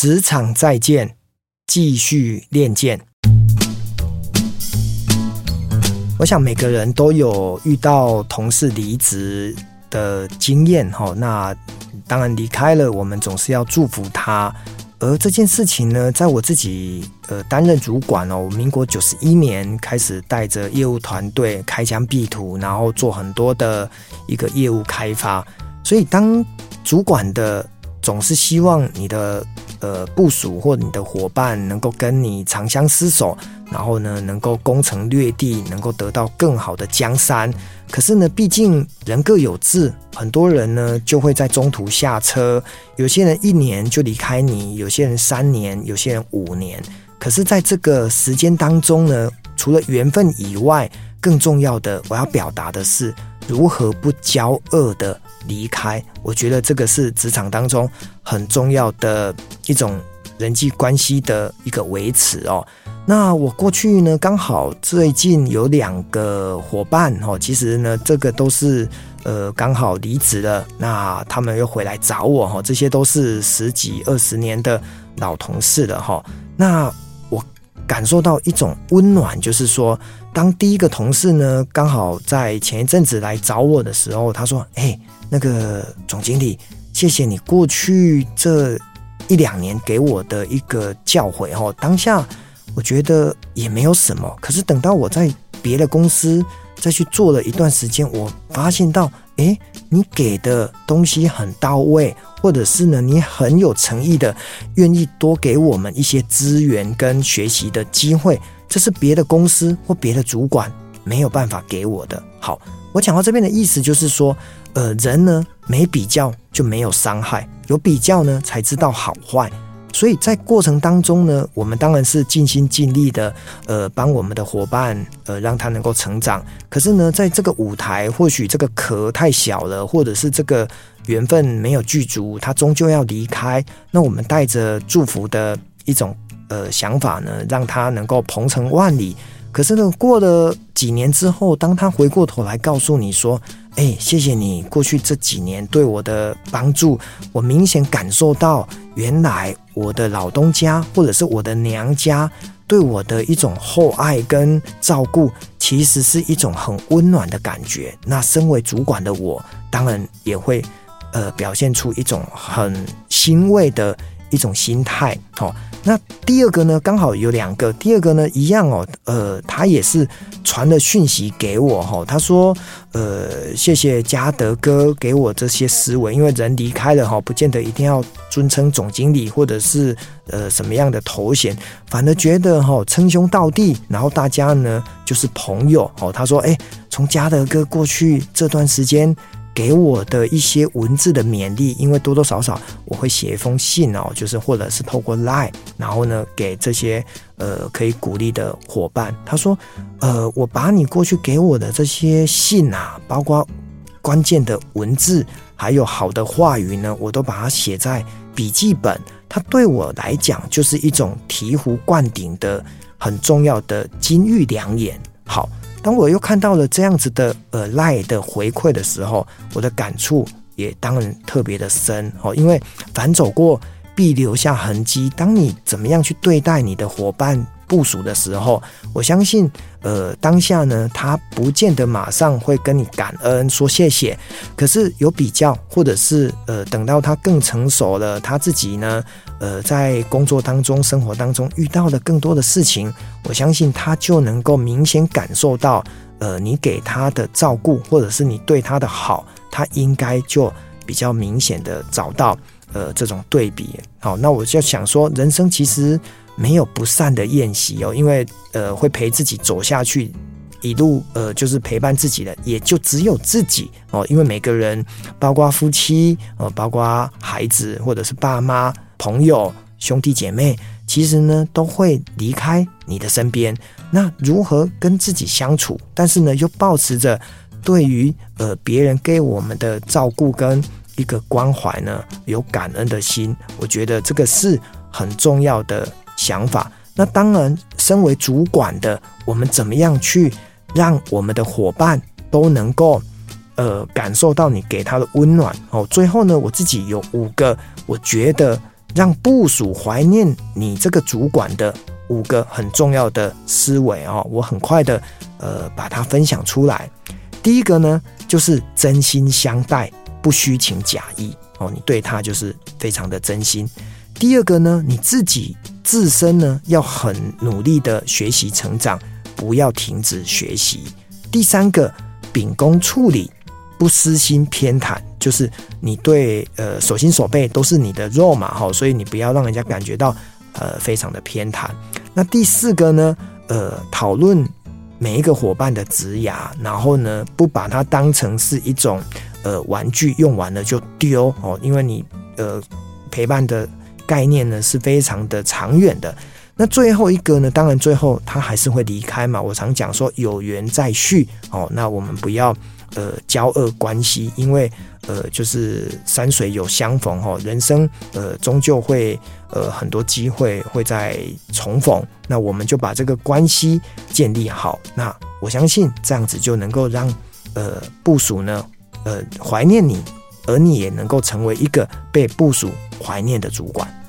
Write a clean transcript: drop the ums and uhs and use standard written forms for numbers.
职场再见，继续练剑。我想每个人都有遇到同事离职的经验，那当然离开了，我们总是要祝福他。而这件事情呢，在我自己担任主管我民国91年开始带着业务团队开疆辟土，然后做很多的一个业务开发。所以当主管的总是希望你的部属或你的伙伴能够跟你长相厮守，然后呢能够攻城略地，能够得到更好的江山。可是呢，毕竟人各有志，很多人呢就会在中途下车，有些人1年就离开你，有些人3年，有些人5年。可是在这个时间当中呢，除了缘分以外，更重要的我要表达的是如何不骄傲的离开。我觉得这个是职场当中很重要的一种人际关系的一个维持那我过去呢，刚好最近有2个伙伴其实呢这个都是刚好离职了，那他们又回来找我这些都是10几20年的老同事了那我感受到一种温暖，就是说当第一个同事呢刚好在前一阵子来找我的时候，他说那个总经理，谢谢你过去这1-2年给我的一个教诲当下我觉得也没有什么，可是等到我在别的公司再去做了一段时间，我发现到你给的东西很到位，或者是呢你很有诚意的愿意多给我们一些资源跟学习的机会，这是别的公司或别的主管没有办法给我的。好，我讲到这边的意思就是说人呢没比较就没有伤害，有比较呢才知道好坏。所以在过程当中呢，我们当然是尽心尽力的帮我们的伙伴让他能够成长。可是呢，在这个舞台或许这个壳太小了，或者是这个缘分没有具足，他终究要离开。那我们带着祝福的一种想法呢，让他能够鹏程万里。可是呢，过了几年之后，当他回过头来告诉你说谢谢你过去这几年对我的帮助，我明显感受到原来我的老东家或者是我的娘家对我的一种厚爱跟照顾，其实是一种很温暖的感觉。那身为主管的我，当然也会表现出一种很欣慰的一种心态那第二个呢，刚好有2个。第二个呢，一样他也是传了讯息给我他说谢谢嘉德哥给我这些思维，因为人离开了不见得一定要尊称总经理或者是什么样的头衔，反而觉得称兄道弟，然后大家呢就是朋友他说从嘉德哥过去这段时间给我的一些文字的勉励，因为多多少少我会写一封信就是或者是透过 LINE， 然后呢给这些可以鼓励的伙伴。他说我把你过去给我的这些信包括关键的文字还有好的话语呢，我都把它写在笔记本，它对我来讲就是一种醍醐灌顶的很重要的金玉良言。好，当我又看到了这样子的LINE 的回馈的时候，我的感触也当然特别的深因为凡走过必留下痕迹。当你怎么样去对待你的伙伴部属的时候，我相信当下呢他不见得马上会跟你感恩说谢谢，可是有比较，或者是等到他更成熟了，他自己呢在工作当中生活当中遇到了更多的事情，我相信他就能够明显感受到你给他的照顾或者是你对他的好，他应该就比较明显的找到这种对比。好，那我就想说人生其实没有不散的宴席因为会陪自己走下去一路就是陪伴自己的也就只有自己因为每个人包括夫妻包括孩子或者是爸妈朋友兄弟姐妹，其实呢都会离开你的身边。那如何跟自己相处，但是呢又抱持着对于别人给我们的照顾跟一个关怀呢有感恩的心，我觉得这个是很重要的想法。那当然身为主管的我们怎么样去让我们的伙伴都能够感受到你给他的温暖最后呢我自己有5个我觉得让部属怀念你这个主管的5个很重要的思维哦，我很快的把它分享出来。第一个呢，就是真心相待，不虚情假意哦，你对他就是非常的真心。第二个呢，你自身呢要很努力的学习成长，不要停止学习。第三个，秉公处理，不私心偏袒，就是你对手心手背都是你的肉嘛，所以你不要让人家感觉到非常的偏袒。那第四个呢，讨论每一个伙伴的职涯，然后呢不把它当成是一种玩具，用完了就丢哦，因为你陪伴的概念呢是非常的长远的。那最后一个呢，当然最后他还是会离开嘛，我常讲说有缘再续哦，那我们不要交恶关系，因为就是山水有相逢哦，人生终究会很多机会会再重逢，那我们就把这个关系建立好，那我相信这样子就能够让部属呢怀念你，而你也能够成为一个被部属怀念的主管。